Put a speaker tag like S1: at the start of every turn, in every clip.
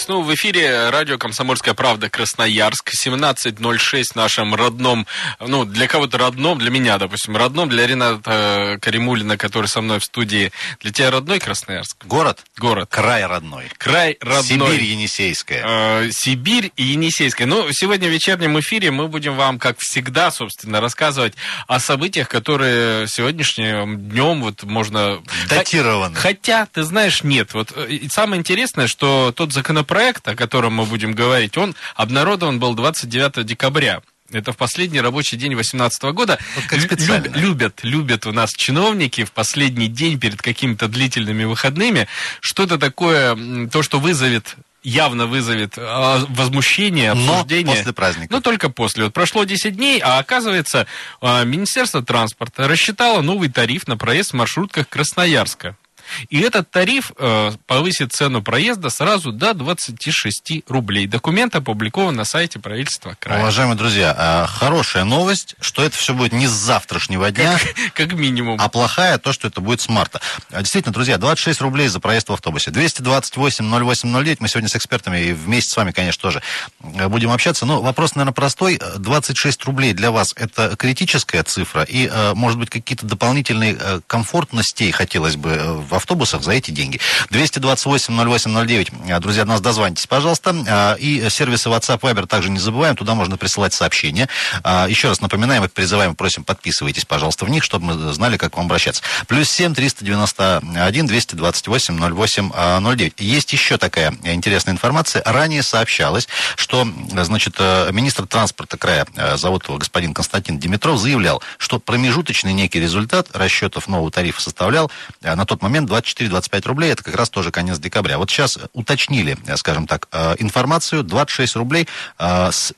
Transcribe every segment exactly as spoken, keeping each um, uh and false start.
S1: Ну, в эфире радио «Комсомольская правда» Красноярск, семнадцать ноль шесть в нашем родном, ну, для кого-то родном, для меня, допустим, родном, для Рената Каримуллина, который со мной в студии. Для тебя родной Красноярск?
S2: Город?
S1: Город.
S2: Край родной.
S1: Край родной.
S2: Сибирь Енисейская.
S1: Э, Сибирь и Енисейская. Ну, сегодня в вечернем эфире мы будем вам, как всегда, собственно, рассказывать о событиях, которые сегодняшним днем вот можно...
S2: Датированы.
S1: Хотя, ты знаешь, нет. Вот и самое интересное, что тот законопроект, о котором мы будем говорить, он обнародован был двадцать девятого декабря. Это в последний рабочий день две тысячи восемнадцатого года.
S2: Вот как специально.
S1: Люб, любят, любят у нас чиновники в последний день перед какими-то длительными выходными что-то такое, то, что вызовет... явно вызовет возмущение, обсуждение.
S2: Но после праздника.
S1: Ну, только после. Вот прошло десять дней, а оказывается, Министерство транспорта рассчитало новый тариф на проезд в маршрутках Красноярска. И этот тариф э, повысит цену проезда сразу до двадцати шести рублей. Документ опубликован на сайте правительства края.
S2: Уважаемые друзья, хорошая новость, что это все будет не с завтрашнего дня,
S1: как, как минимум.
S2: А плохая то, что это будет с марта. Действительно, друзья, двадцать шесть рублей за проезд в автобусе. двести двадцать восемь ноль восемь ноль девять. Мы сегодня с экспертами и вместе с вами, конечно, тоже будем общаться. Но вопрос, наверное, простой. двадцать шесть рублей для вас это критическая цифра? И, может быть, какие-то дополнительные комфортностей хотелось бы в автобусах за эти деньги? двести двадцать восемь ноль восемь ноль девять. Друзья, до нас дозвонитесь, пожалуйста. И сервисы WhatsApp, Viber также не забываем. Туда можно присылать сообщения. Еще раз напоминаем и призываем, просим, подписывайтесь, пожалуйста, в них, чтобы мы знали, как к вам обращаться. Плюс семь триста девяносто один двести двадцать восемь ноль восемь ноль девять. Есть еще такая интересная информация. Ранее сообщалось, что, значит, министр транспорта края, зовут его господин Константин Димитров, заявлял, что промежуточный некий результат расчетов нового тарифа составлял на тот момент двадцать четыре - двадцать пять рублей. Это как раз тоже конец декабря. Вот сейчас уточнили, скажем так, информацию. двадцать шесть рублей с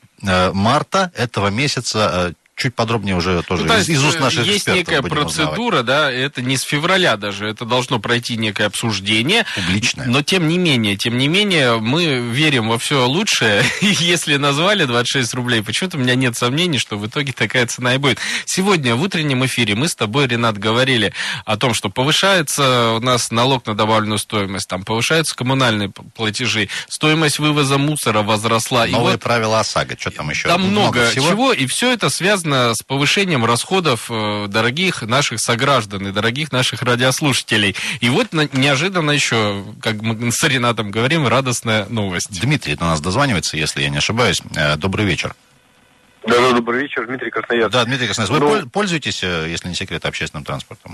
S2: марта этого месяца. Чуть подробнее уже тоже ну, из, из уст наших
S1: есть
S2: экспертов
S1: некая
S2: будем
S1: процедура,
S2: узнавать.
S1: Да, это не с февраля даже, это должно пройти некое обсуждение.
S2: Публичное.
S1: Но тем не менее, тем не менее, мы верим во все лучшее. Если назвали двадцать шесть рублей, почему-то у меня нет сомнений, что в итоге такая цена и будет. Сегодня в утреннем эфире мы с тобой, Ренат, говорили о том, что повышается у нас налог на добавленную стоимость, там повышаются коммунальные платежи, стоимость вывоза мусора возросла.
S2: Новые
S1: и вот
S2: правила ОСАГО, что там еще?
S1: Там много, много
S2: всего.
S1: чего, и все это связано с повышением расходов дорогих наших сограждан и дорогих наших радиослушателей. И вот неожиданно еще, как мы с Ренатом говорим, радостная новость.
S2: Дмитрий у нас дозванивается, если я не ошибаюсь. Добрый вечер.
S3: Да, да, добрый вечер, Дмитрий Красноярск.
S2: Да, Дмитрий Красноярск. Вы
S3: ну,
S2: пользуетесь, если не секрет, общественным транспортом?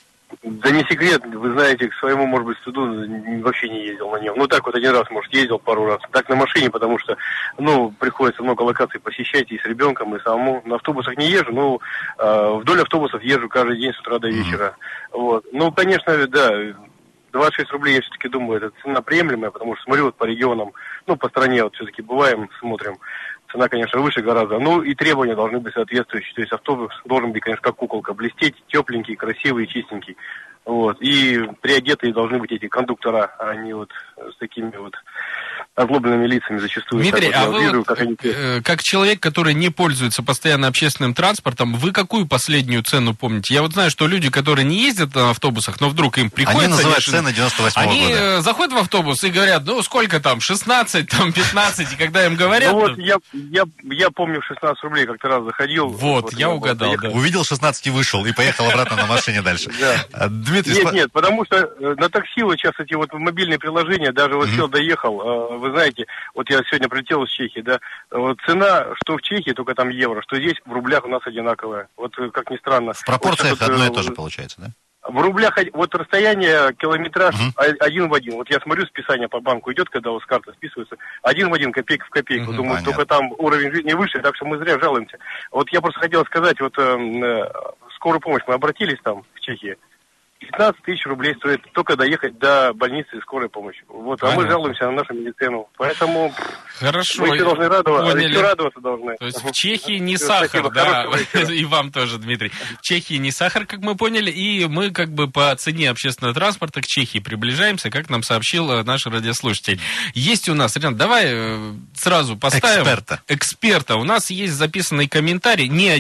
S3: Да не секрет, вы знаете, к своему, может быть, стыду вообще не ездил на нем. Ну так вот один раз, может, ездил пару раз. Так на машине, потому что, ну, приходится много локаций посещать и с ребенком, и самому. На автобусах не езжу, но э, вдоль автобусов езжу каждый день с утра до вечера. Mm-hmm. Вот. Ну, конечно, да, двадцать шесть рублей, я все-таки думаю, это цена приемлемая, потому что смотрю вот по регионам, ну, по стране вот все-таки бываем, смотрим. Цена, конечно, выше гораздо. Ну, и требования должны быть соответствующие. То есть автобус должен быть, конечно, как куколка, блестеть, тепленький, красивый, чистенький. Вот. И приодетые должны быть эти кондуктора, а не вот с такими вот озлобленными лицами зачастую.
S1: Дмитрий,
S3: вот
S1: а вы
S3: вижу,
S1: вот,
S3: как, они...
S1: э, как человек, который не пользуется постоянно общественным транспортом, вы какую последнюю цену помните? Я вот знаю, что люди, которые не ездят на автобусах, но вдруг им приходится...
S2: Они называют цены девяносто восьмого
S1: они
S2: года.
S1: Они заходят в автобус и говорят, ну сколько там, шестнадцать, там пятнадцать, и когда им говорят...
S3: Ну вот я, я, я помню шестнадцать рублей, как-то раз заходил.
S1: Вот, вот я угадал, да.
S2: Увидел шестнадцать и вышел, и поехал обратно на машине дальше. Дмитрий...
S3: Нет, нет, потому что на такси вот сейчас эти вот мобильные приложения, даже вот сел, доехал, вы знаете, вот я сегодня прилетел из Чехии, да, вот цена, что в Чехии, только там евро, что здесь в рублях у нас одинаковая. Вот как ни странно.
S2: В пропорциях
S3: вот
S2: одно и
S3: вот,
S2: то же получается, да?
S3: В рублях, вот расстояние, километраж
S2: uh-huh.
S3: один в один. Вот я смотрю, списание по банку идет, когда у вас карта списывается, один в один, копейка в копейку. Uh-huh, Думаю, понятно. Только там уровень жизни выше, так что мы зря жалуемся. Вот я просто хотел сказать, вот э, э, скорую помощь мы обратились там в Чехии. пятнадцать тысяч рублей стоит только доехать до больницы и скорой помощи. Вот, а мы жалуемся на нашу медицину. Поэтому
S1: хорошо,
S3: мы все должны радоваться,
S1: поняли.
S3: Все радоваться должны.
S1: То есть в Чехии не сахар, да, и вам тоже, Дмитрий. В Чехии не сахар, как мы поняли, и мы как бы по цене общественного транспорта к Чехии приближаемся, как нам сообщил наш радиослушатель. Есть у нас, Ренат, давай сразу поставим...
S2: Эксперта.
S1: Эксперта. У нас есть записанный комментарий, не один,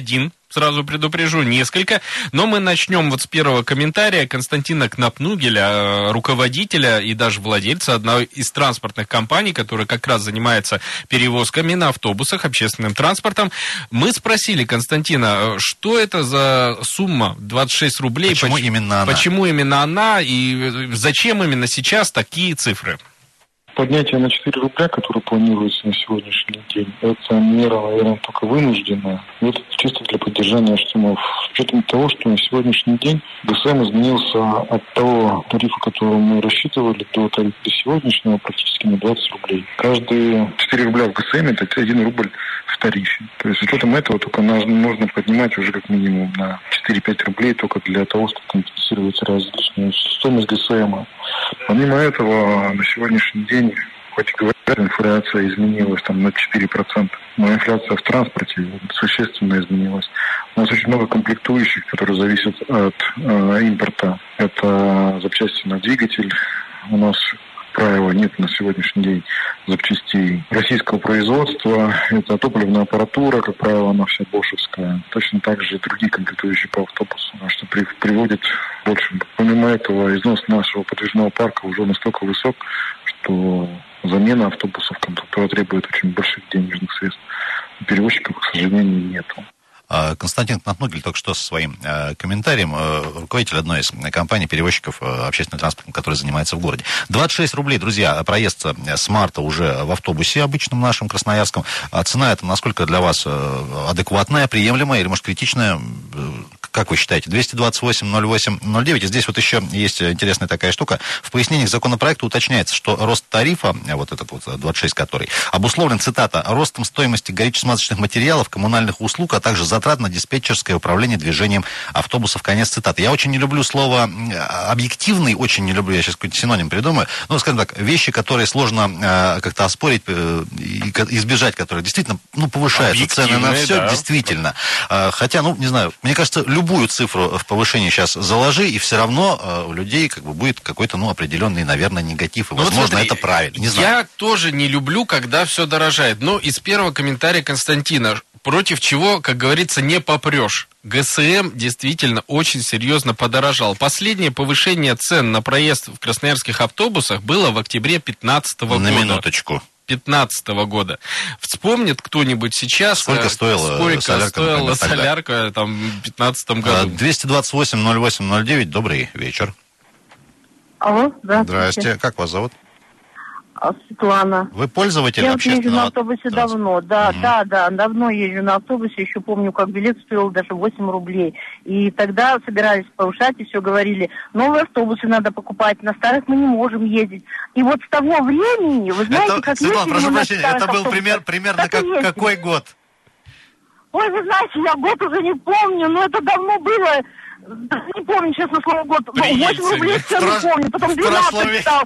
S1: сразу предупрежу, несколько. Но мы начнем вот с первого комментария Константина Кнапнугеля, руководителя и даже владельца одной из транспортных компаний, которая как раз занимается перевозками на автобусах, общественным транспортом. Мы спросили Константина, что это за сумма двадцать шесть рублей?
S2: Почему
S1: поч-
S2: именно она?
S1: Почему именно она и зачем именно сейчас такие цифры?
S4: Поднятие на четыре рубля, которое планируется на сегодняшний день, это мера, наверное, только вынужденная. Это чисто для поддержания штаммов. С учетом того, что на сегодняшний день ГСМ изменился от того тарифа, который мы рассчитывали, до тарифа до сегодняшнего практически на двадцать рублей. Каждые четыре рубля в ГСМ – это один рубль в тарифе. То есть с учетом этого только нужно поднимать уже как минимум на четыре-пять рублей только для того, чтобы компенсировать различную стоимость ГСМ. Помимо этого, на сегодняшний день, хоть и говорят, инфляция изменилась там на четыре процента, но инфляция в транспорте существенно изменилась. У нас очень много комплектующих, которые зависят от э, импорта. Это запчасти на двигатель. У нас правила нет на сегодняшний день запчастей российского производства. Это топливная аппаратура, как правило, она вся бошевская. Точно так же и другие комплектующие по автобусу, что при, приводит больше. Помимо этого, износ нашего подвижного парка уже настолько высок, что замена автобусов комплектура требует очень больших денежных средств. У перевозчиков, к сожалению, нету.
S2: Константин Кнапнугель только что со своим э, комментарием, э, руководитель одной из компаний перевозчиков э, общественного транспорта, который занимается в городе. двадцать шесть рублей, друзья, проезд с марта уже в автобусе обычном нашем, красноярском. А цена эта насколько для вас э, адекватная, приемлемая или, может, критичная? Как вы считаете? двести двадцать восемь ноль восемь ноль девять. И здесь вот еще есть интересная такая штука. В пояснениях законопроекта уточняется, что рост тарифа, вот этот вот двадцать шесть, который, обусловлен, цитата, ростом стоимости горюче-смазочных материалов, коммунальных услуг, а также затрат на диспетчерское управление движением автобусов. Конец цитаты. Я очень не люблю слово объективный, очень не люблю, я сейчас какой-то синоним придумаю. Ну, скажем так, вещи, которые сложно э, как-то оспорить э, и избежать, которые действительно, ну, повышаются цены на все, да. Действительно. Э, хотя, ну, не знаю, мне кажется, любую цифру в повышении сейчас заложи, и все равно э, у людей как бы будет какой-то, ну, определенный, наверное, негатив. И, возможно, вот смотри, это правильно. Не знаю.
S1: Я тоже не люблю, когда все дорожает. Но из первого комментария Константина, против чего, как говорится, не попрешь. ГСМ действительно очень серьезно подорожал. Последнее повышение цен на проезд в красноярских автобусах было в октябре пятнадцатого года.
S2: На минуточку.
S1: пятнадцатого года. Вспомнит кто-нибудь сейчас,
S2: сколько стоила
S1: сколько
S2: солярка,
S1: стоила
S2: например,
S1: солярка там, в пятнадцатом году.
S2: двести двадцать восемь ноль восемь ноль девять, добрый вечер.
S5: Алло, здравствуйте.
S2: Здрасте, как вас зовут?
S5: Светлана.
S2: Вы пользователь
S5: я
S2: общественного
S5: езжу на автобусе
S2: транспорта?
S5: давно, да,
S2: угу. да,
S5: да, давно езжу на автобусе, еще помню, как билет стоил даже восемь рублей. И тогда собирались повышать, и все говорили, новые автобусы надо покупать, на старых мы не можем ездить. И вот с того времени, вы знаете,
S2: это,
S5: как
S2: Светлана, прошу прощения, это был
S5: автобусах,
S2: пример, примерно как, какой год?
S5: Ой, вы знаете, я год уже не помню, но это давно было. Не помню, честно слово, год. восемь рублей цену помню, потом двенадцать стал.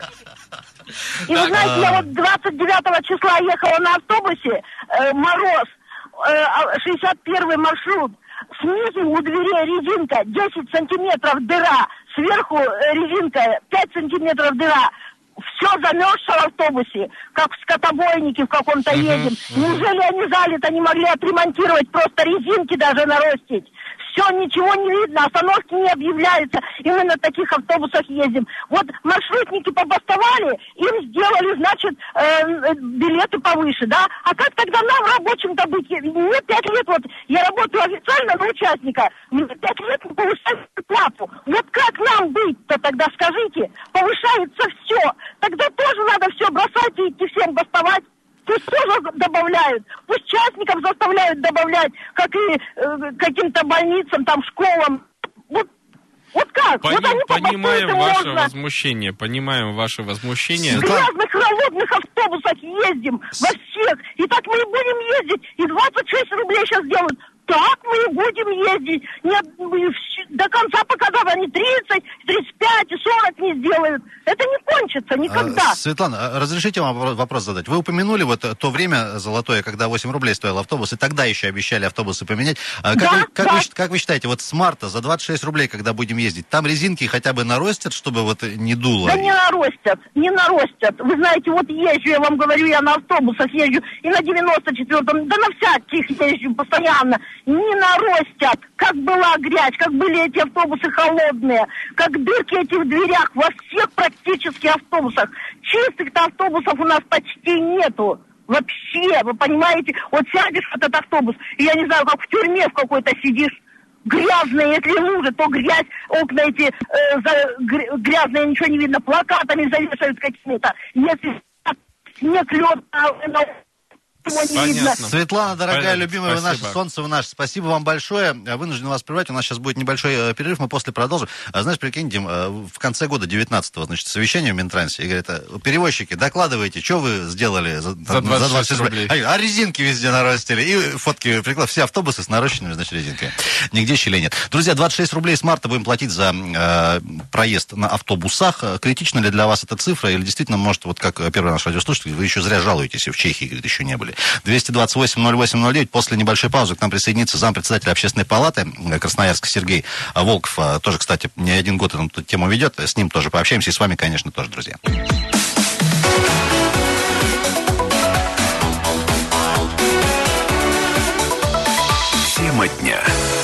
S5: И вы знаете, я вот двадцать девятого числа ехала на автобусе, э, мороз, э, шестьдесят первый маршрут, снизу у дверей резинка десять сантиметров дыра, сверху резинка пять сантиметров дыра. Все замерзшее в автобусе, как в скотобойнике в каком-то едем. Uh-huh, uh-huh. Неужели они залито, не могли отремонтировать, просто резинки даже наростить? Все, ничего не видно, остановки не объявляются, и мы на таких автобусах ездим. Вот маршрутники побастовали, им сделали, значит, э, билеты повыше, да? А как тогда нам, рабочим-то быть? Мне пять лет, вот, я работаю официально на участника, мне пять лет повышают плату. Вот как нам быть-то тогда, скажите? Повышается все. Тогда тоже надо все бросать и идти всем бастовать. Пусть тоже добавляют, пусть частникам заставляют добавлять, как и э, каким-то больницам, там, школам. Вот, вот как?
S1: Пони-
S5: вот они
S1: понимаем ваше
S5: можно.
S1: возмущение, понимаем ваше возмущение.
S5: В грязных холодных автобусах ездим во всех, и так мы и будем ездить, и двадцать шесть рублей сейчас делают. Так мы и будем ездить. Нет, до конца, пока они тридцать, тридцать пять и сорок не сделают. Это не кончится никогда.
S2: А, Светлана, разрешите вам вопрос задать? Вы упомянули вот то время золотое, когда восемь рублей стоил автобус, и тогда еще обещали автобусы поменять. А, как,
S5: да,
S2: вы, как,
S5: да.
S2: вы, как вы считаете, вот с марта за двадцать шесть рублей, когда будем ездить, там резинки хотя бы наростят, чтобы вот не дуло?
S5: Да не наростят, не наростят. Вы знаете, вот езжу, я вам говорю, я на автобусах езжу, и на девяносто четвёртом, да на всяких езжу постоянно. не наростят, как была грязь, как были эти автобусы холодные, как дырки эти в дверях во всех практически автобусах. Чистых-то автобусов у нас почти нету. Вообще, вы понимаете, вот сядешь в этот автобус, и я не знаю, как в тюрьме в какой-то сидишь, грязные, если лужи, то грязь, окна эти э, за, грязные, ничего не видно, плакатами завешают какими-то. Если снег, лед, не видно.
S2: Светлана, дорогая,
S1: Понятно.
S2: любимая, вы наше солнце, вы наше. Спасибо вам большое. Вынужден вас прервать. У нас сейчас будет небольшой перерыв, мы после продолжим. А, знаешь, прикинь, Дим, в конце года девятнадцатого, значит, совещание в Минтрансе, и говорят, перевозчики, докладывайте, что вы сделали за,
S1: за двадцать шесть рублей.
S2: рублей. А, а резинки везде наростили. И фотки приклад. Все автобусы с нарощенными, значит, резинками. Нигде щелей нет. Друзья, двадцать шесть рублей с марта будем платить за э, проезд на автобусах. Критична ли для вас эта цифра? Или действительно, может, вот как первый наш радиослушатель, вы еще зря жалуетесь, в Чехии, говорит, еще не были. двести двадцать восемь ноль восемь ноль девять. После небольшой паузы к нам присоединится зампредседателя Общественной палаты Красноярска Сергей Волков. Тоже, кстати, не один год эту тему ведет. С ним тоже пообщаемся. И с вами, конечно, тоже, друзья.
S6: Тема дня.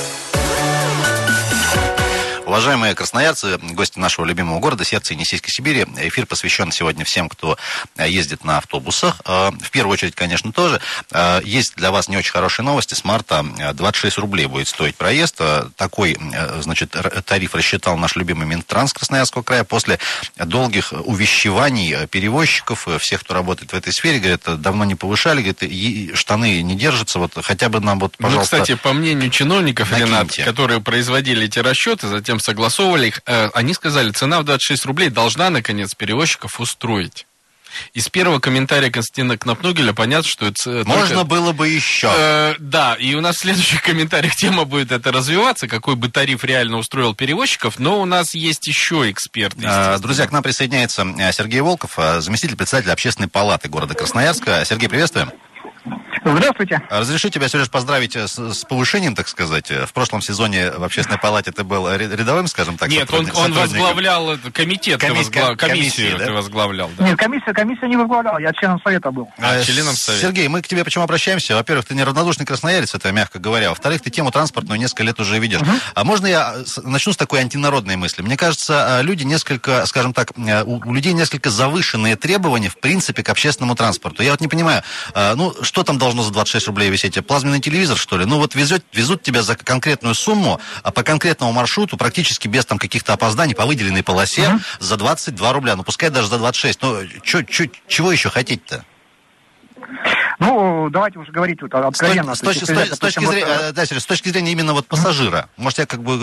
S2: Уважаемые красноярцы, гости нашего любимого города, сердца Енисейской Сибири, эфир посвящен сегодня всем, кто ездит на автобусах. В первую очередь, конечно, тоже. Есть для вас не очень хорошие новости. С марта двадцать шесть рублей будет стоить проезд. Такой, значит, тариф рассчитал наш любимый Минтранс Красноярского края после долгих увещеваний перевозчиков, всех, кто работает в этой сфере. Говорят, давно не повышали, говорят, и штаны не держатся. Вот хотя бы нам вот, пожалуйста...
S1: Ну, кстати, по мнению чиновников,
S2: накиньте.
S1: Ренат, которые производили эти расчеты, затем согласовывали их, э, они сказали, цена в двадцать шесть рублей должна, наконец, перевозчиков устроить. Из первого комментария Константина Кнопнугеля понятно, что это...
S2: Можно
S1: только,
S2: было бы еще.
S1: Э, да, и у нас в следующих комментариях тема будет это развиваться, какой бы тариф реально устроил перевозчиков, но у нас есть еще эксперты.
S2: Друзья, к нам присоединяется Сергей Волков, заместитель председателя Общественной палаты города Красноярска. Сергей, приветствуем.
S7: Здравствуйте.
S2: Разрешите тебя, Сереж, поздравить с, с повышением, так сказать. В прошлом сезоне в Общественной палате ты был рядовым, скажем так,
S1: Нет, он, он возглавлял комитет,
S2: Комис...
S1: возглав... комиссию
S2: комиссии, да?
S1: ты возглавлял. Да.
S7: Нет, комиссию, комиссию не возглавлял, я членом совета был.
S1: А, членом совета.
S2: Сергей, мы к тебе почему обращаемся? Во-первых, ты неравнодушный красноярец, это мягко говоря. Во-вторых, ты тему транспортную несколько лет уже видишь. Uh-huh. А можно я начну с такой антинародной мысли? Мне кажется, люди несколько, скажем так, у, у людей несколько завышенные требования, в принципе, к общественному транспорту. Я вот не понимаю, ну, что там должно за двадцать шесть рублей висеть? Плазменный телевизор, что ли? Ну, вот везет, везут тебя за конкретную сумму, а по конкретному маршруту, практически без там каких-то опозданий, по выделенной полосе, uh-huh. за двадцать два рубля. Ну, пускай даже за двадцать шесть. Ну, чё, чё, чего еще хотеть-то?
S7: Ну, давайте уже говорить вот откровенно.
S2: С, с, точки, с, с, точки зрения, вот, да, Сереж, с точки зрения именно вот пассажира. Может, я как бы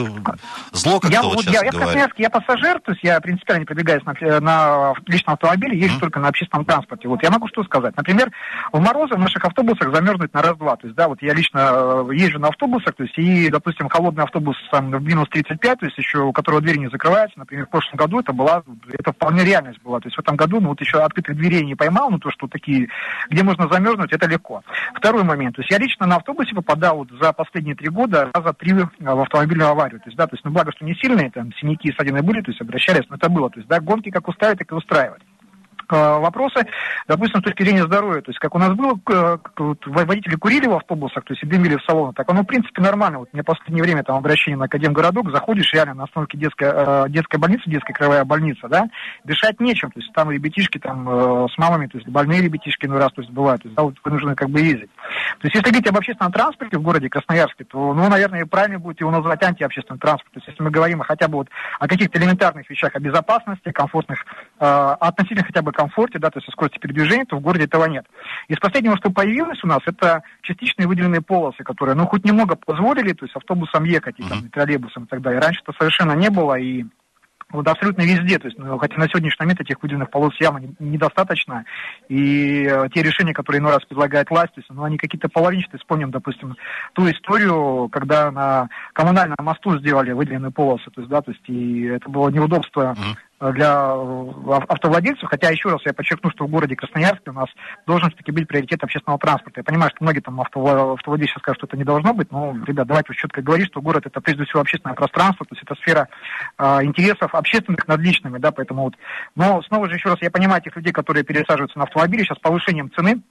S2: зло как-то
S7: я,
S2: вот
S7: вот
S2: сейчас
S7: я, я
S2: говорю.
S7: в Красноярске, я пассажир, то есть я принципиально не передвигаюсь на, на личном автомобиле, езжу mm-hmm. только на общественном транспорте. Вот я могу что сказать. Например, в морозы в наших автобусах замерзнуть на раз-два. То есть, да, вот я лично езжу на автобусах, то есть, и, допустим, холодный автобус там в минус тридцать пять, то есть, еще у которого двери не закрываются, например, в прошлом году это была, это вполне реальность была. То есть, в этом году, ну, вот еще открытых дверей не поймал, ну, то, что такие, где можно замерзнуть, это легко. Второй момент. То есть я лично на автобусе попадал вот за последние три года раза три в автомобильную аварию. То есть, да, то есть, ну, благо, что не сильные, там, синяки и ссадины были, то есть обращались, но это было. То есть, да, гонки как устраивать, так и устраивать. Вопросы, допустим, с точки зрения здоровья, то есть, как у нас было, как вот, водители курили в автобусах, то есть, и дымили в салонах, так оно, в принципе, нормально. Вот мне в последнее время, там, обращение на Академгородок, заходишь реально на остановке детская, э, детская больница, детская краевая больница, да, дышать нечем, то есть, там ребятишки, там, э, с мамами, то есть, больные ребятишки, ну, раз, то есть, бывают, то есть, да, вот, вынуждены, как бы, ездить. То есть, если говорить об общественном транспорте в городе Красноярске, то, ну, наверное, правильно будет его назвать антиобщественным транспортом. То есть, если мы говорим хотя бы вот о каких-то элементарных вещах, о безопасности, комфортных, э, относительно хотя бы комфорте, да, то есть о скорости передвижения, то в городе этого нет. Из последнего, что появилось у нас, это частичные выделенные полосы, которые, ну, хоть немного позволили, то есть автобусом ехать, и, там, и троллейбусом и так далее. Раньше это совершенно не было, и вот абсолютно везде, то есть, ну, хотя на сегодняшний момент этих выделенных полос явно недостаточно, и э, те решения, которые иной раз предлагает власть, то есть, ну, они какие-то половинчатые. Вспомним, допустим, ту историю, когда на коммунальном мосту сделали выделенные полосы, то есть, да, то есть, и это было неудобство для автовладельцев, хотя, еще раз я подчеркну, что в городе Красноярске у нас должен все-таки быть приоритет общественного транспорта. Я понимаю, что многие там автовладельцы скажут, что это не должно быть, но, ребят, давайте уж четко говорить, что город это прежде всего общественное пространство, то есть это сфера э, интересов общественных над личными, да, поэтому вот. Но снова же, еще раз, я понимаю тех людей, которые пересаживаются на автомобили, сейчас повышением цены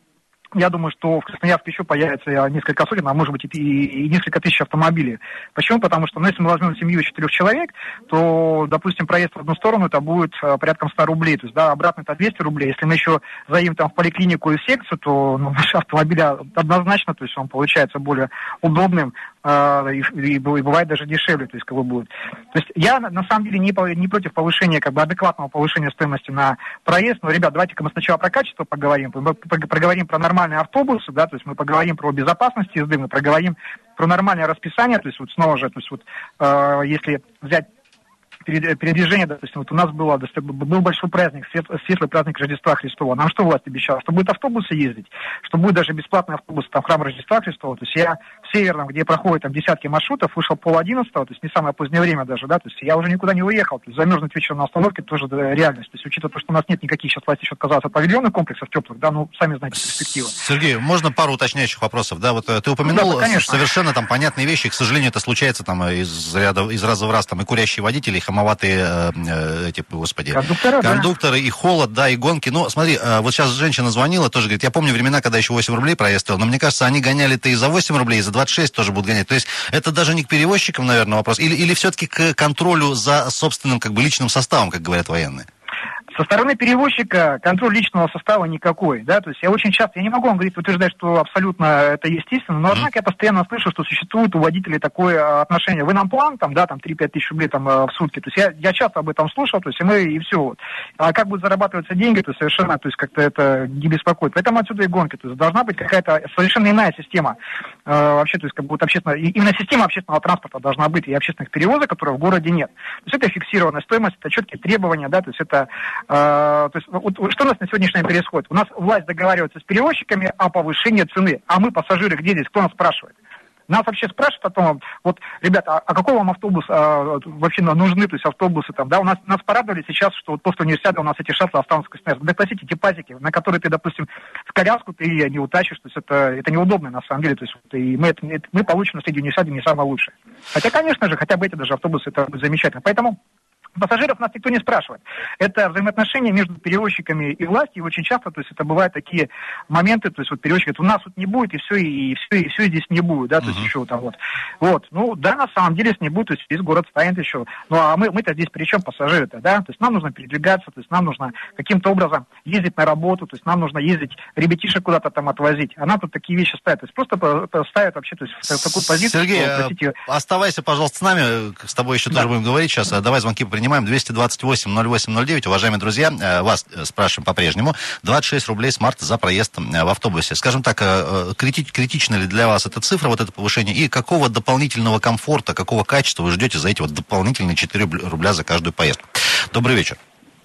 S7: я думаю, что в Красноярске еще появится несколько сотен, а может быть и, и несколько тысяч автомобилей. Почему? Потому что, ну, если мы возьмем семью из четырех человек, то, допустим, проезд в одну сторону, это будет порядком ста рублей. То есть, да, обратно это двести рублей. Если мы еще заедем там в поликлинику и в секцию, то, ну, наш автомобиль однозначно, то есть он получается более удобным, э, и, и, и бывает даже дешевле, то есть, как бы будет. То есть я, на самом деле, не, не против повышения, как бы, адекватного повышения стоимости на проезд. Но, ребят, давайте-ка мы сначала про качество поговорим, проговорим про нормальные автобусы, да, то есть мы поговорим про безопасность езды, мы проговорим про нормальное расписание, то есть вот снова же, то есть вот э, если взять передвижение, допустим, вот у нас было, был большой праздник, светлый праздник Рождества Христова. Нам что власть обещала? Что будет автобусы ездить, что будет даже бесплатный автобус там, в храм Рождества Христова. То есть я в Северном, где проходит там десятки маршрутов, вышел пол одиннадцатого, то есть не самое позднее время даже, да, то есть я уже никуда не уехал. То есть замерзнуть вечером на остановке тоже да, реальность. То есть учитывая то, что у нас нет никаких, сейчас власть еще отказалась от павильонных комплексов теплых, да, ну, сами знаете, перспективы.
S2: Сергей, можно пару уточняющих вопросов? Да, вот ты упомянул ну, да, совершенно там понятные вещи, к сожалению, это случается там из ряда, из раза в раз, там и курящие водители, и хамоватые эти, господи,
S7: кондукторы,
S2: кондукторы
S7: да.
S2: И холод, да, и гонки. Ну, смотри, вот сейчас женщина звонила, тоже говорит, я помню времена, когда еще восемь рублей проезд стоил, но мне кажется, они гоняли-то и за восемь рублей, и за двадцать шесть тоже будут гонять. То есть это даже не к перевозчикам, наверное, вопрос, или, или все-таки к контролю за собственным, как бы, личным составом, как говорят военные?
S7: Со стороны перевозчика контроль личного состава никакой, да, то есть я очень часто, я не могу вам говорить, утверждать, что абсолютно это естественно, но однако я постоянно слышу, что существует у водителей такое отношение. Вы нам план, там, да, там три-пять тысяч рублей там в сутки, то есть я, я часто об этом слушал, то есть и мы, и все вот. А как будут зарабатываться деньги, то совершенно, то есть как-то это не беспокоит. Поэтому отсюда и гонки, то есть должна быть какая-то совершенно иная система, э, вообще, то есть как бы вот общественная, именно система общественного транспорта должна быть и общественных перевозок, которые в городе нет. То есть это фиксированная стоимость, это четкие требования, да, то есть это Uh, то есть, вот, что у нас на сегодняшний день происходит? У нас власть договаривается с перевозчиками о повышении цены, а мы, пассажиры, где здесь? Кто нас спрашивает? Нас вообще спрашивают о том, вот, ребята, а, а какой вам автобус а, вообще нужны, то есть автобусы там, да, у нас, нас порадовали сейчас, что вот после университета у нас эти шаттлы останутся в Красноярске. Да, простите, эти пазики, на которые ты, допустим, в коляску ты не утащишь, то есть это, это неудобно на самом деле, то есть вот, и мы, это, это, мы получим на среди университета не самое лучшее. Хотя, конечно же, хотя бы эти даже автобусы, это будет замечательно. Поэтому пассажиров нас никто не спрашивает. Это взаимоотношения между перевозчиками и властью, и очень часто, то есть это бывают такие моменты, то есть вот перевозчик говорит, у нас тут не будет, и все, и все, и все здесь не будет, да, то есть uh-huh. еще там вот. Вот, ну да, на самом деле, если не будет, то есть весь город станет еще. Ну а мы, мы-то здесь при чем пассажиры-то, да, то есть нам нужно передвигаться, то есть нам нужно каким-то образом ездить на работу, то есть нам нужно ездить ребятишек куда-то там отвозить, а нам тут такие вещи ставят, то есть просто ставят вообще, то есть в такую позицию.
S2: Сергей,
S7: что, простите,
S2: оставайся, пожалуйста, с нами, с тобой еще да. тоже будем говорить сейчас, давай звонки принимаем. двести двадцать восемь ноль восемь ноль девять. Уважаемые друзья, вас спрашиваем по-прежнему. двадцать шесть рублей с марта за проезд в автобусе. Скажем так, крити- критична ли для вас эта цифра, вот это повышение, и какого дополнительного комфорта, какого качества вы ждете за эти вот дополнительные четыре рубля за каждую поездку? Добрый вечер.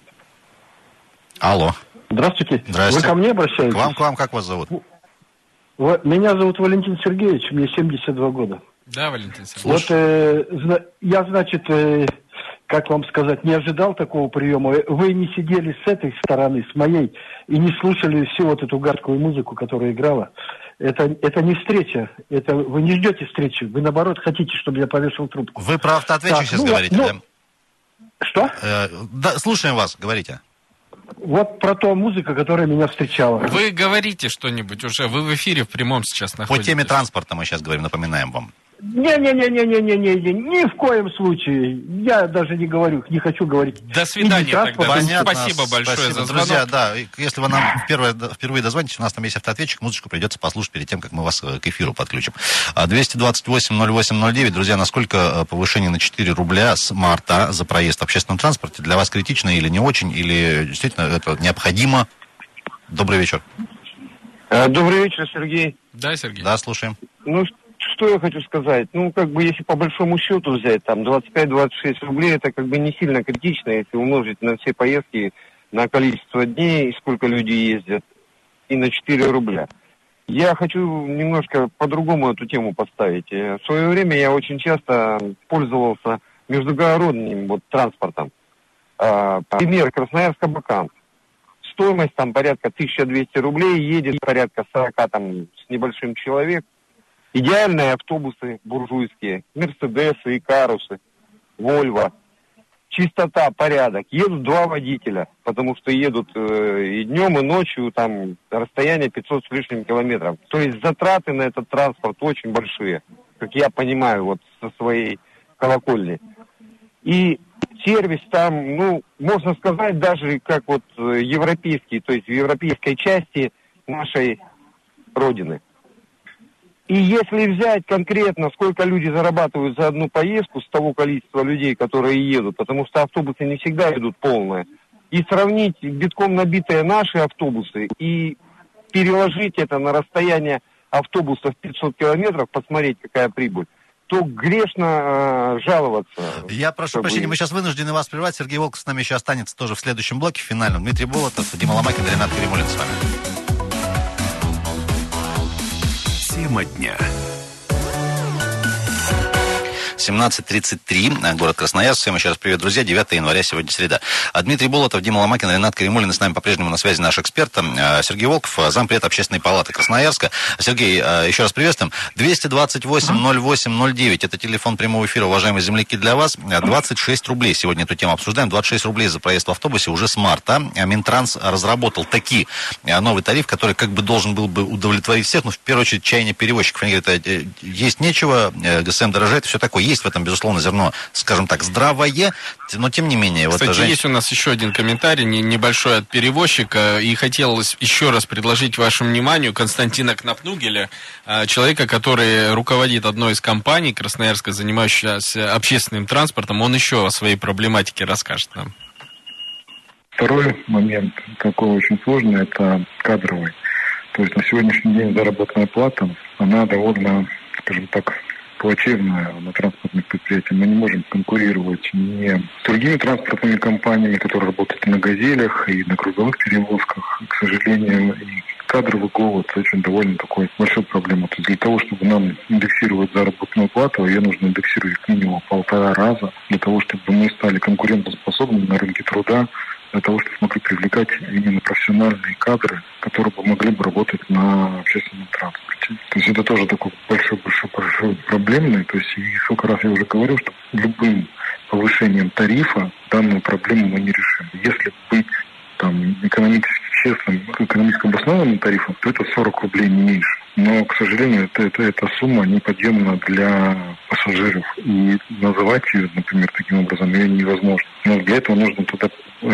S2: Алло.
S8: Здравствуйте.
S2: Здравствуйте.
S8: Вы ко мне обращаетесь?
S2: К вам, к вам. Как вас зовут?
S8: Меня зовут Валентин Сергеевич, мне семьдесят два года.
S1: Да, Валентин Сергеевич.
S8: Вот э, я, значит, э, как вам сказать, не ожидал такого приема. Вы не сидели с этой стороны, с моей, и не слушали всю вот эту гадкую музыку, которая играла. Это, это не встреча. Это, вы не ждете встречи. Вы, наоборот, хотите, чтобы я повесил трубку.
S2: Вы про автоответчик так, сейчас ну, говорите, ну,
S8: да? Что?
S2: Э, да, слушаем вас, говорите.
S8: Вот про ту музыку, которая меня встречала.
S1: Вы говорите что-нибудь уже. Вы в эфире в прямом сейчас находитесь.
S2: По теме транспорта мы сейчас говорим, напоминаем вам.
S8: Не-не-не-не-не-не-не, ни в коем случае. Я даже не говорю, не хочу говорить.
S1: До свидания тогда.
S2: Понятно.
S1: Спасибо большое
S2: Спасибо,
S1: за звонок.
S2: Друзья, да, если вы нам впервые, впервые дозвонитесь, у нас там есть автоответчик, музычку придется послушать перед тем, как мы вас к эфиру подключим. двести двадцать восемь ноль восемь ноль девять. Друзья, насколько повышение на четыре рубля с марта за проезд в общественном транспорте для вас критично или не очень, или действительно это необходимо? Добрый вечер.
S9: Добрый вечер, Сергей.
S1: Да, Сергей.
S2: Да, слушаем.
S9: Ну, что я хочу сказать? Ну, как бы, если по большому счету взять, там, двадцать пять - двадцать шесть рублей, это как бы не сильно критично, если умножить на все поездки, на количество дней, сколько люди ездят, и на четыре рубля. Я хочу немножко по-другому эту тему поставить. В свое время я очень часто пользовался междугородним вот транспортом. Пример, Красноярск-Абакан. Стоимость там порядка тысяча двести рублей, едет порядка сорок там с небольшим человек. Идеальные автобусы буржуйские, Мерседесы, Икарусы, Вольво. чистота, порядок. Едут два водителя, потому что едут э, и днем, и ночью, там расстояние пятьсот с лишним километров. То есть затраты на этот транспорт очень большие, как я понимаю, вот со своей колокольни. И сервис там, ну, можно сказать, даже как вот европейский, то есть в европейской части нашей родины. И если взять конкретно, сколько люди зарабатывают за одну поездку с того количества людей, которые едут, потому что автобусы не всегда идут полные, и сравнить битком набитые наши автобусы и переложить это на расстояние автобусов пятьсот километров, посмотреть, какая прибыль, то грешно э, жаловаться.
S2: Я прошу
S9: чтобы...
S2: прощения, мы сейчас вынуждены вас прервать. Сергей Волков с нами еще останется тоже в следующем блоке, в финальном. Дмитрий Болотов, Дима Ломакин, Ренат Каримулин с вами.
S6: Тема дня.
S2: семнадцать тридцать три, город Красноярск. Всем еще раз привет, друзья. девятое января, сегодня среда. Дмитрий Болотов, Дима Ломакин, Ренат Каримулин. С нами по-прежнему на связи наш эксперт Сергей Волков, зампред Общественной палаты Красноярска. Сергей, еще раз приветствуем. двести двадцать восемь ноль восемь ноль девять. Это телефон прямого эфира, уважаемые земляки, для вас. двадцать шесть рублей. Сегодня эту тему обсуждаем. двадцать шесть рублей за проезд в автобусе уже с марта. Минтранс разработал таки новый тариф, который как бы должен был бы удовлетворить всех, но в первую очередь чаяние перевозчиков. Они говорят, есть нечего, ГСМ дорожает, все такое. Есть в этом, безусловно, зерно, скажем так, здравое, но тем не менее...
S1: Кстати,
S2: вот, Жень...
S1: есть у нас еще один комментарий, небольшой от перевозчика, и хотелось еще раз предложить вашему вниманию Константина Кнапнугеля, человека, который руководит одной из компаний Красноярска, занимающейся общественным транспортом. Он еще о своей проблематике расскажет нам.
S4: Второй момент, такой очень сложный, это кадровый. То есть на сегодняшний день заработная плата, она довольно, скажем так, плачевная на транспортных предприятиях. Мы не можем конкурировать ни с другими транспортными компаниями, которые работают на «Газелях» и на грузовых перевозках. К сожалению, и кадровый голод очень довольно такой большой проблемой. То есть для того, чтобы нам индексировать заработную плату, ее нужно индексировать как минимум полтора раза, для того, чтобы мы стали конкурентоспособными на рынке труда, для того, чтобы смогли привлекать именно профессиональные кадры, которые бы могли бы работать на общественном транспорте. То есть это тоже такой большой-большой-большой проблемный. То есть и сколько раз я уже говорил, что любым повышением тарифа данную проблему мы не решим. Если быть там экономически честным, экономически обоснованным тарифом, то это сорок рублей не меньше. Но, к сожалению, это, это, эта сумма неподъемна для пассажиров. И называть ее, например, таким образом, ее невозможно. Но для этого нужно туда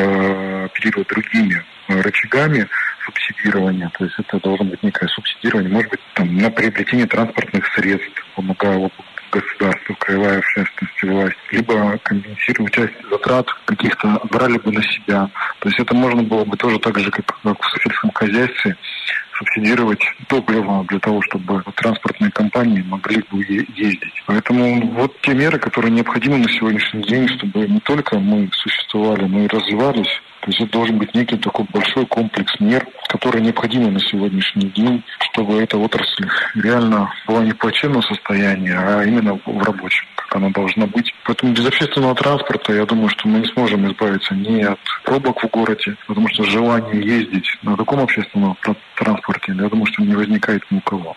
S4: э, оперировать другими рычагами субсидирования. То есть это должно быть некое субсидирование, может быть, там, на приобретение транспортных средств, помогая государству, краевая общественность, власть, либо компенсировать часть затрат каких-то брали бы на себя. То есть это можно было бы тоже так же, как, как в сельском хозяйстве, субсидировать топливо для того, чтобы транспортные компании могли бы ездить. Поэтому вот те меры, которые необходимы на сегодняшний день, чтобы не только мы существовали, но и развивались. То есть это должен быть некий такой большой комплекс мер, которые необходимы на сегодняшний день, чтобы эта отрасль реально была не в плачевном состоянии, а именно в рабочем, как она должна быть. Поэтому без общественного транспорта, я думаю, что мы не сможем избавиться ни от пробок в городе, потому что желание ездить на таком общественном транспорте, я думаю, что не возникает ни у кого.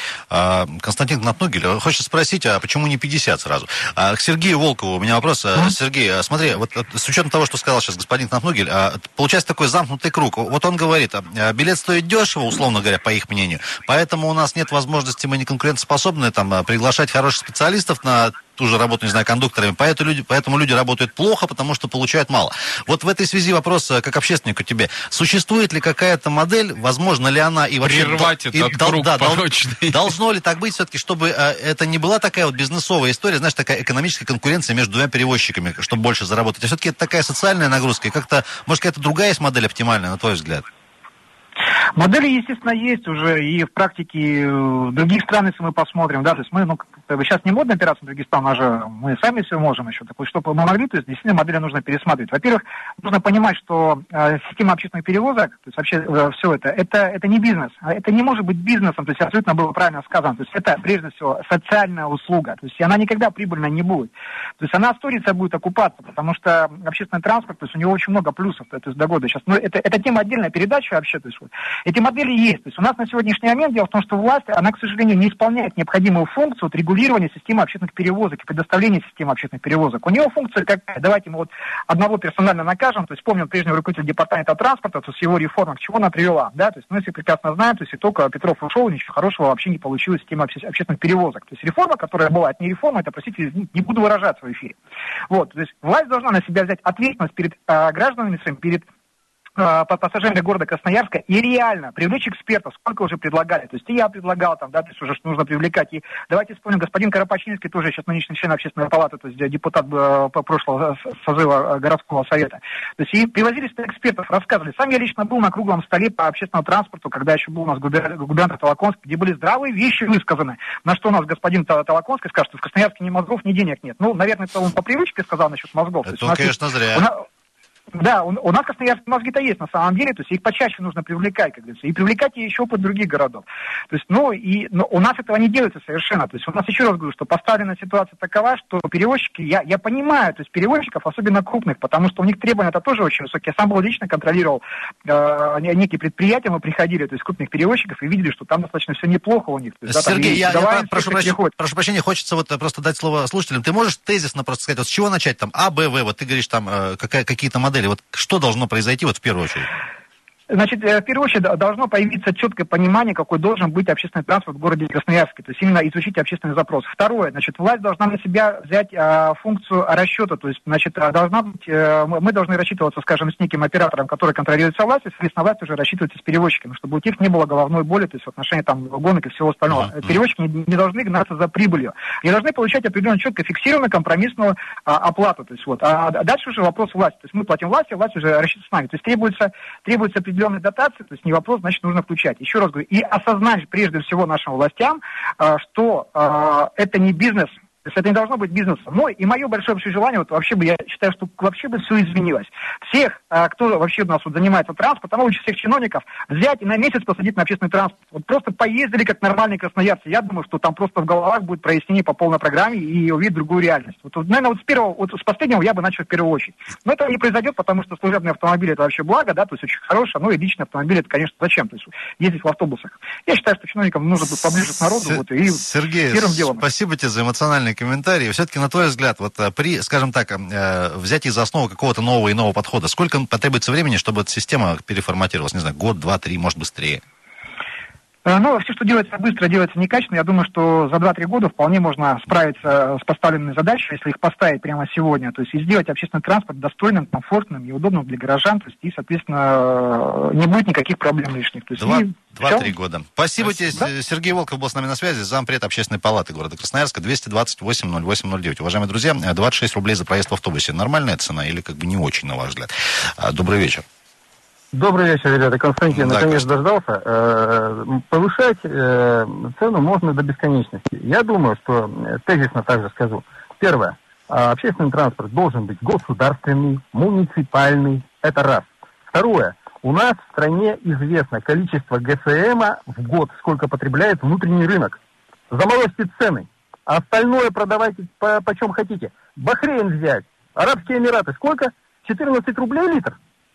S2: Константин Кнапнугель хочет спросить, а почему не пятьдесят сразу? А к Сергею Волкову у меня вопрос. А? Сергей, смотри, вот с учетом того, что сказал сейчас господин Кнапнугель, получается такой замкнутый круг. Вот он говорит, билет стоит дешево, условно говоря, по их мнению, поэтому у нас нет возможности, мы не конкурентоспособны там, приглашать хороших специалистов на ту же работу, не знаю, кондукторами, поэтому люди, поэтому люди работают плохо, потому что получают мало. Вот в этой связи вопрос, как общественнику тебе, существует ли какая-то модель, возможно ли она и вообще...
S1: Прервать
S2: и,
S1: этот
S2: дол,
S1: круг
S2: да,
S1: порочный.
S2: Должно ли так быть все-таки, чтобы а, это не была такая вот бизнесовая история, знаешь, такая экономическая конкуренция между двумя перевозчиками, чтобы больше заработать, а все-таки это такая социальная нагрузка, и как-то, может, какая-то другая есть модель оптимальная, на твой взгляд?
S7: Модели, естественно, есть уже и в практике в других странах, если мы посмотрим, да, то есть мы, ну, как бы сейчас не модно опираться на другие страны, а же мы сами все можем еще, такое, чтобы мы могли, то есть действительно модели нужно пересматривать. Во-первых, нужно понимать, что э, система общественных перевозок, то есть вообще э, все это, это, это не бизнес, это не может быть бизнесом, то есть абсолютно было правильно сказано, то есть это прежде всего социальная услуга, то есть она никогда прибыльной не будет, то есть она сторится будет окупаться, потому что общественный транспорт, то есть у него очень много плюсов, то есть до года сейчас, ну это, это тема отдельной передачи вообще, то есть вот. эти модели есть. То есть у нас на сегодняшний момент дело в том, что власть, она, к сожалению, не исполняет необходимую функцию вот, регулирования системы общественных перевозок и предоставления системы общественных перевозок. У него функция какая? Давайте мы вот одного персонально накажем, то есть помним прежнего руководителя департамента транспорта, то есть его реформа, к чему она привела, да, то есть мы все прекрасно знаем, то есть и только Петров ушел, ничего хорошего вообще не получилось с системой обще- общественных перевозок. То есть реформа, которая была, это не реформа, это, простите, не буду выражаться в эфире. Вот, то есть власть должна на себя взять ответственность перед э, гражданами своими, перед по пассажирами города Красноярска и реально привлечь экспертов, сколько уже предлагали. То есть и я предлагал там, да, то есть уже что нужно привлекать. И давайте вспомним, господин Карапачинский, тоже сейчас нынешний член общественной палаты, то есть депутат э, прошлого созыва городского совета. То есть и привозили сюда экспертов, рассказывали. Сам я лично был на круглом столе по общественному транспорту, когда еще был у нас губернатор Толоконский, где были здравые вещи высказаны. На что у нас господин Толоконский скажет, что в Красноярске ни мозгов, ни денег нет. Ну, наверное, это он по привычке сказал насчет мозгов.
S2: Это, он, конечно, есть, зря.
S7: Да, у, у нас красноярские мозги-то есть на самом деле, то есть их почаще нужно привлекать, как говорится, и привлекать еще опыт других городов. То есть, ну, и, но у нас этого не делается совершенно. То есть у нас, еще раз говорю, что поставлена ситуация такова, что перевозчики, я, я понимаю, то есть перевозчиков, особенно крупных, потому что у них требования это тоже очень высокие. Я сам был лично контролировал э, некие предприятия, мы приходили, то есть крупных перевозчиков, и видели, что там достаточно все неплохо у них. То есть,
S2: Сергей,
S7: да, там,
S2: я, я прошу, прощения, прошу прощения, хочется вот просто дать слово слушателям. Ты можешь тезисно просто сказать, вот с чего начать там А, Б, В, вот ты говоришь там э, какая, какие-то модели, вот что должно произойти вот в первую очередь?
S7: Значит, в первую очередь должно появиться четкое понимание, какой должен быть общественный транспорт в городе Красноярске. То есть именно изучить общественный запрос. Второе, значит, власть должна на себя взять а, функцию расчета. То есть, значит, должна быть, а, мы должны рассчитываться, скажем, с неким оператором, который контролируется властью, соответственно, власть уже рассчитывается с перевозчиками, чтобы у них не было головной боли, то есть в отношении там гонок и всего остального. Uh-huh. Перевозчики не, не должны гнаться за прибылью. Они должны получать определенно четко фиксированную компромиссную а, оплату. То есть, вот. А дальше уже вопрос власти. То есть мы платим власти, власть уже рассчитывается с нами. То есть требуется, требуется определенная дотация, то есть не вопрос, значит, нужно включать. Еще раз говорю, и осознать прежде всего нашим властям, что это не бизнес. То есть это не должно быть бизнесом. Но и мое большое вообще желание, вот вообще бы, я считаю, что вообще бы все изменилось. Всех, кто вообще у нас вот занимается транспортом, а лучше всех чиновников, взять и на месяц посадить на общественный транспорт. Вот просто поездили как нормальные красноярцы. Я думаю, что там просто в головах будет прояснение по полной программе и увидеть другую реальность. Вот, наверное, вот с первого, вот с последнего я бы начал в первую очередь. Но это не произойдет, потому что служебный автомобиль это вообще благо, да, то есть очень хорошее, ну и личный автомобиль это, конечно, зачем? То есть ездить в автобусах. Я считаю, что чиновникам нужно быть поближе к народу.
S2: С-
S7: вот, и
S2: Сергей,
S7: первым делом.
S2: Спасибо тебе за эмоциональный комментарий. Все-таки, на твой взгляд, вот при, скажем так, взятии за основу какого-то нового и нового подхода, сколько потребуется времени, чтобы эта система переформатировалась? Не знаю, год, два, три, может, быстрее?
S7: Ну, все, что делается быстро, делается некачественно. Я думаю, что за два-три года вполне можно справиться с поставленными задачами, если их поставить прямо сегодня. То есть и сделать общественный транспорт достойным, комфортным и удобным для горожан. То есть и, соответственно, не будет никаких проблем лишних. То есть,
S2: Два-три года. Спасибо, Спасибо тебе. Да? Сергей Волков был с нами на связи, зампред общественной палаты города Красноярска, двести двадцать восемь ноль восемь ноль девять. Уважаемые друзья, двадцать шесть рублей за проезд в автобусе. Нормальная цена или как бы не очень, на ваш взгляд? Добрый вечер.
S10: Добрый вечер, ребята. Константин, да, наконец дождался. Э, повышать э, цену можно до бесконечности. Я думаю, что тезисно также скажу. Первое. Общественный транспорт должен быть государственный, муниципальный. Это раз. Второе. У нас в стране известно количество ГСМа в год, сколько потребляет внутренний рынок. Заморозьте цены. А остальное продавайте по, по чем хотите. Бахрейн взять. Арабские Эмираты. Сколько? четырнадцать рублей литр.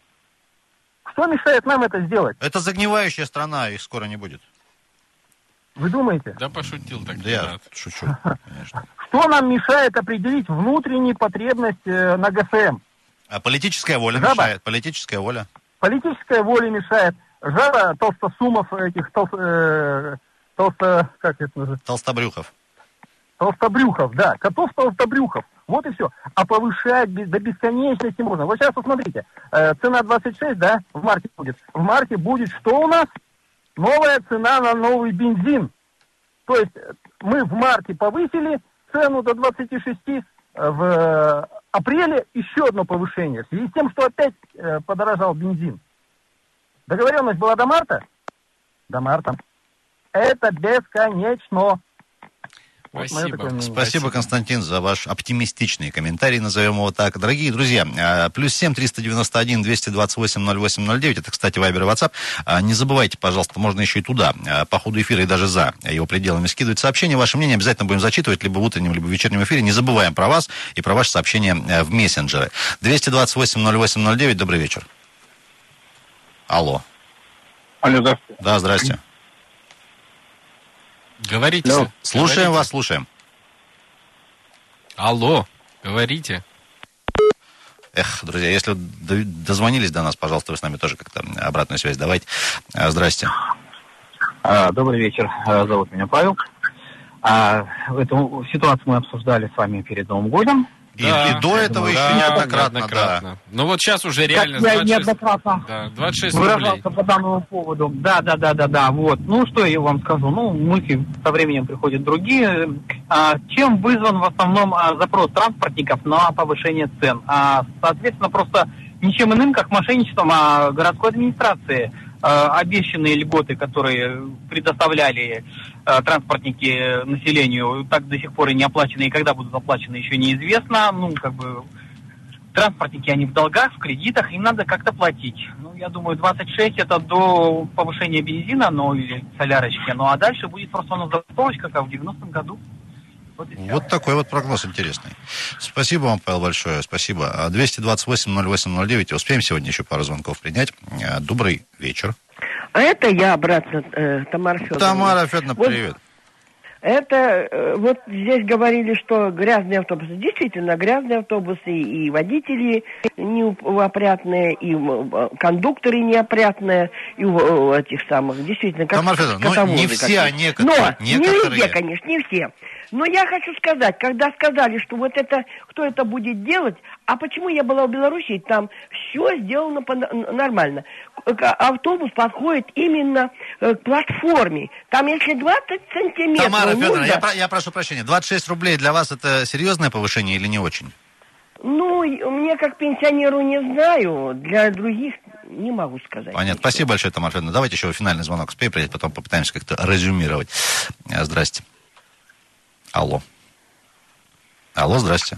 S10: Что мешает нам это сделать?
S2: Это загнивающая страна, их скоро не будет.
S10: Вы думаете?
S1: Да пошутил так.
S2: Да я шучу, конечно.
S10: Что нам мешает определить внутреннюю потребность э, на ГСМ?
S2: А политическая воля
S10: Жаба.
S2: мешает. Политическая воля.
S10: Политическая воля мешает. Жара толстосумов этих тол, э, толсто, как это называется?
S2: Толстобрюхов.
S10: Толстобрюхов, да. Котов толстобрюхов. Вот и все. А повышать без, до бесконечности можно. Вот сейчас посмотрите. Э, цена двадцать шесть, да, в марте будет. В марте будет что у нас? Новая цена на новый бензин. То есть мы в марте повысили цену до двадцати шести, в апреле еще одно повышение. В связи с тем, что опять э, подорожал бензин. Договоренность была до марта? До марта. Это бесконечно.
S1: Спасибо.
S2: Вот Спасибо, Константин, за ваш оптимистичный комментарий, назовем его так. Дорогие друзья, плюс семь триста девяносто один двести двадцать восемь ноль восемь ноль девять, это, кстати, Вайбер и WhatsApp. Не забывайте, пожалуйста, можно еще и туда, по ходу эфира и даже за его пределами скидывать сообщения. Ваше мнение обязательно будем зачитывать либо в утреннем, либо в вечернем эфире. Не забываем про вас и про ваши сообщения в мессенджеры. двести двадцать восемь ноль восемь ноль девять, добрый вечер. Алло.
S11: Алло, да.
S2: Да, здрасте.
S1: Говорите.
S2: Алло. Слушаем
S1: Говорите.
S2: вас, слушаем.
S1: Алло, говорите.
S2: Эх, друзья, если дозвонились до нас, пожалуйста, вы с нами тоже как-то обратную связь давайте. Здрасте.
S10: Добрый вечер. Зовут меня Павел. Эту ситуацию мы обсуждали с вами перед Новым годом.
S2: И, да, и до этого еще да, неоднократно, неоднократно.
S1: Да. Ну вот сейчас уже реально...
S10: Как я неоднократно
S1: да, двадцать шесть
S10: выражался
S1: рублей.
S10: По данному поводу. Да, да, да, да, да. Вот. Ну, что я вам скажу. Ну, мысли со временем приходят другие. А, чем вызван в основном а, запрос транспортников на повышение цен? А, соответственно, просто ничем иным, как мошенничеством а, городской администрации. А, обещанные льготы, которые предоставляли а, транспортники населению, так до сих пор и не оплачены, и когда будут оплачены, еще неизвестно. Ну, как бы, транспортники, они в долгах, в кредитах, им надо как-то платить. Ну, я думаю, двадцать шесть это до повышения бензина, ну, или солярочки, ну, а дальше будет просто на заготовочка, как в девяностом году.
S2: Вот, вот такой вот прогноз интересный. Спасибо вам, Павел, большое. Спасибо. двести двадцать восемь ноль восемь ноль девять. Успеем сегодня еще пару звонков принять. Добрый вечер.
S12: А это я обратно, э, Тамара Федоровна.
S2: Тамара Федоровна, вот привет.
S12: Это, э, вот здесь говорили, что грязные автобусы. Действительно, грязные автобусы, и водители неопрятные, и кондукторы неопрятные, и у этих самых, действительно, как
S2: Тамара Федоровна, ну не все, а некоторые.
S12: Но
S2: некоторые.
S12: не везде, конечно, не все. Но я хочу сказать, когда сказали, что вот это, кто это будет делать, а почему я была в Беларуси, там все сделано нормально. Автобус подходит именно к платформе. Там если двадцать сантиметров...
S2: Тамара Федоровна,
S12: нужно...
S2: я, про, я прошу прощения, двадцать шесть рублей для вас это серьезное повышение или не очень?
S12: Ну, мне как пенсионеру не знаю, для других не могу сказать.
S2: Понятно.
S12: Ничего.
S2: Спасибо большое, Тамара Федоровна. Давайте еще финальный звонок успеем принять, потом попытаемся как-то резюмировать. Здрасте. Алло. Алло, здрасте.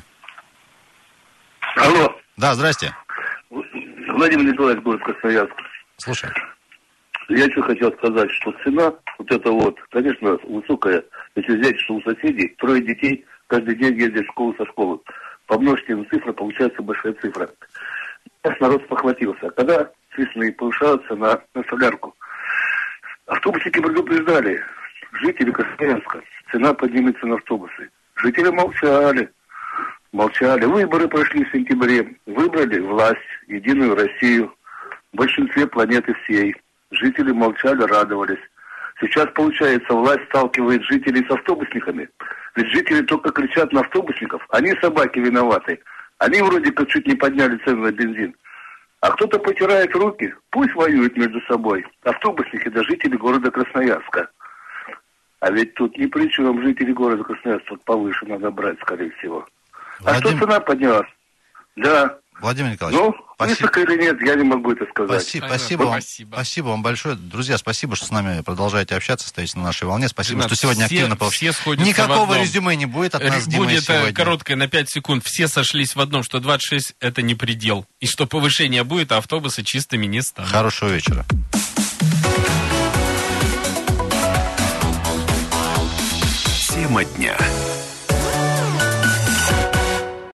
S13: Алло.
S2: Да, здрасте.
S13: Владимир Николаевич, город Красноярск.
S2: Слушай.
S13: Я что хотел сказать, что цена, вот это вот, конечно, высокая. Если взять, что у соседей трое детей каждый день ездят в школу со школы. Помножьте на цифры, получается большая цифра. Сейчас народ похватился. Когда цифры повышаются на, на солярку, автобусики предупреждали. Жители Красноярска, цена поднимется на автобусы. Жители молчали. Молчали. Выборы прошли в сентябре. Выбрали власть, Единую Россию, в большинстве планеты всей. Жители молчали, радовались. Сейчас, получается, власть сталкивает жителей с автобусниками. Ведь жители только кричат на автобусников. Они, собаки, виноваты. Они вроде как чуть не подняли цену на бензин. А кто-то потирает руки. Пусть воюют между собой. Автобусники да жители города Красноярска. А ведь тут ни при чем, жители города Красноярска тут повыше надо брать, скорее всего.
S2: Владим...
S13: А что цена поднялась? Да.
S2: Владимир Николаевич,
S13: ну, высоко или нет, я не могу это сказать.
S2: Спасибо, спасибо, вам, спасибо вам большое. Друзья, спасибо, что с нами продолжаете общаться, стоите на нашей волне. Спасибо, Ренат, что сегодня
S1: все,
S2: активно...
S1: Все
S2: Никакого резюме не будет от нас, Дима,
S1: будет
S2: сегодня.
S1: Короткое на пять секунд. Все сошлись в одном, что двадцать шесть это не предел. И что повышение будет, а автобусы чистыми не станут.
S2: Хорошего вечера.
S6: Тема дня.